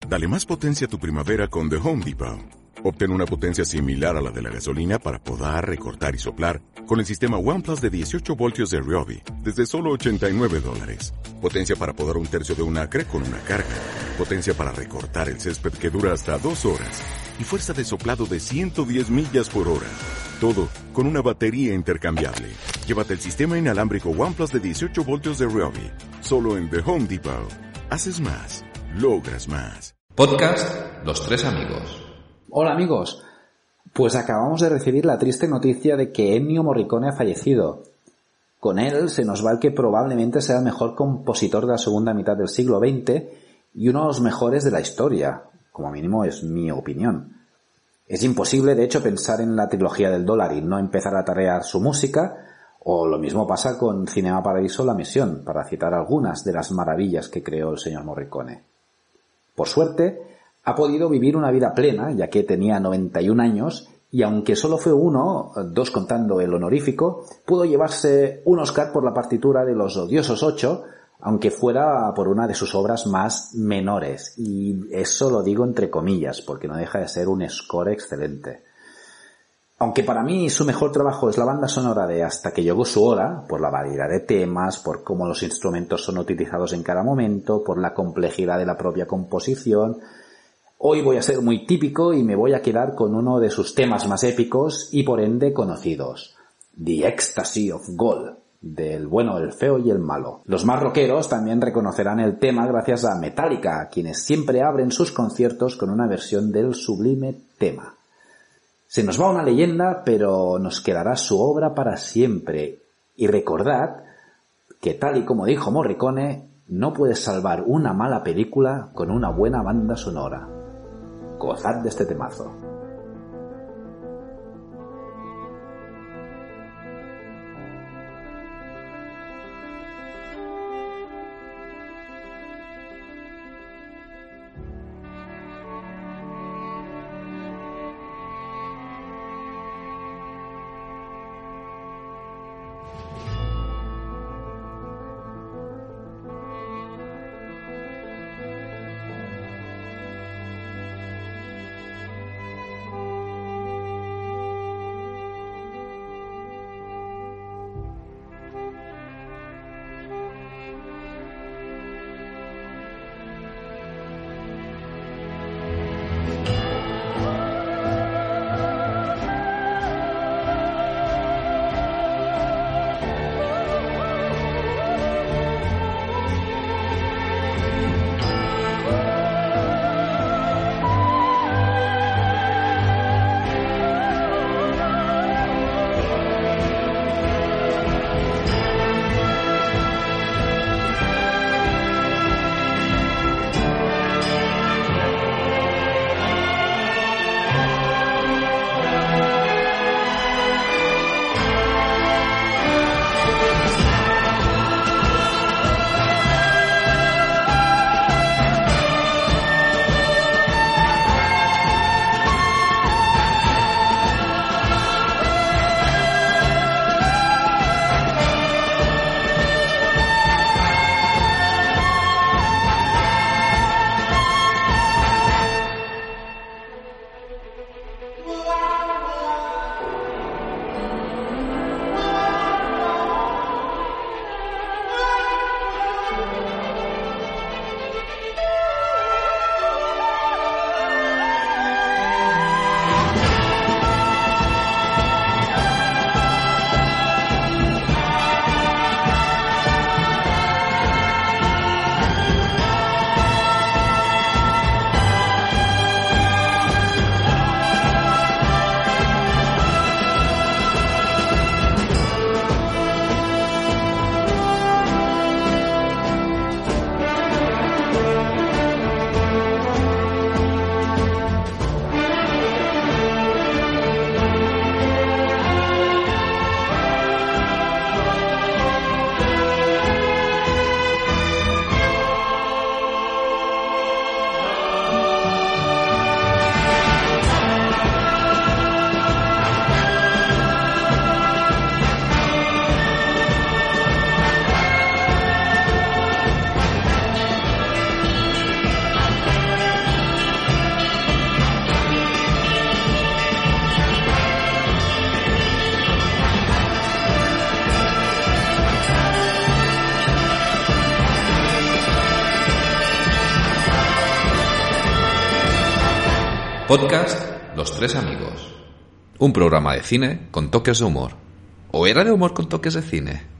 Dale más potencia a tu primavera con The Home Depot. Obtén una potencia similar a la de la gasolina para podar, recortar y soplar con el sistema OnePlus de 18 voltios de Ryobi desde solo $89. Potencia para podar un tercio de un acre con una carga. Potencia para recortar el césped que dura hasta 2 horas. Y fuerza de soplado de 110 millas por hora. Todo con una batería intercambiable. Llévate el sistema inalámbrico OnePlus de 18 voltios de Ryobi. Solo en The Home Depot. Haces más. Logras más. Podcast Los Tres Amigos. Hola amigos, pues acabamos de recibir la triste noticia de que Ennio Morricone ha fallecido. Con él se nos va el que probablemente sea el mejor compositor de la segunda mitad del siglo XX y uno de los mejores de la historia, como mínimo es mi opinión. Es imposible de hecho pensar en la trilogía del dólar y no empezar a tararear su música, o lo mismo pasa con Cinema Paradiso La Misión, para citar algunas de las maravillas que creó el señor Morricone. Por suerte, ha podido vivir una vida plena, ya que tenía 91 años, y aunque solo fue uno, 2 contando el honorífico, pudo llevarse un Oscar por la partitura de Los Odiosos 8, aunque fuera por una de sus obras más menores, y eso lo digo entre comillas, porque no deja de ser un score excelente. Aunque para mí su mejor trabajo es la banda sonora de Hasta que llegó su hora, por la variedad de temas, por cómo los instrumentos son utilizados en cada momento, por la complejidad de la propia composición. Hoy voy a ser muy típico y me voy a quedar con uno de sus temas más épicos y por ende conocidos, The Ecstasy of Gold, del bueno, el feo y el malo. Los más rockeros también reconocerán el tema gracias a Metallica, quienes siempre abren sus conciertos con una versión del sublime tema. Se nos va una leyenda, pero nos quedará su obra para siempre. Y recordad que, tal y como dijo Morricone, no puedes salvar una mala película con una buena banda sonora. Gozad de este temazo. Podcast Los Tres Amigos. Un programa de cine con toques de humor. ¿O era de humor con toques de cine?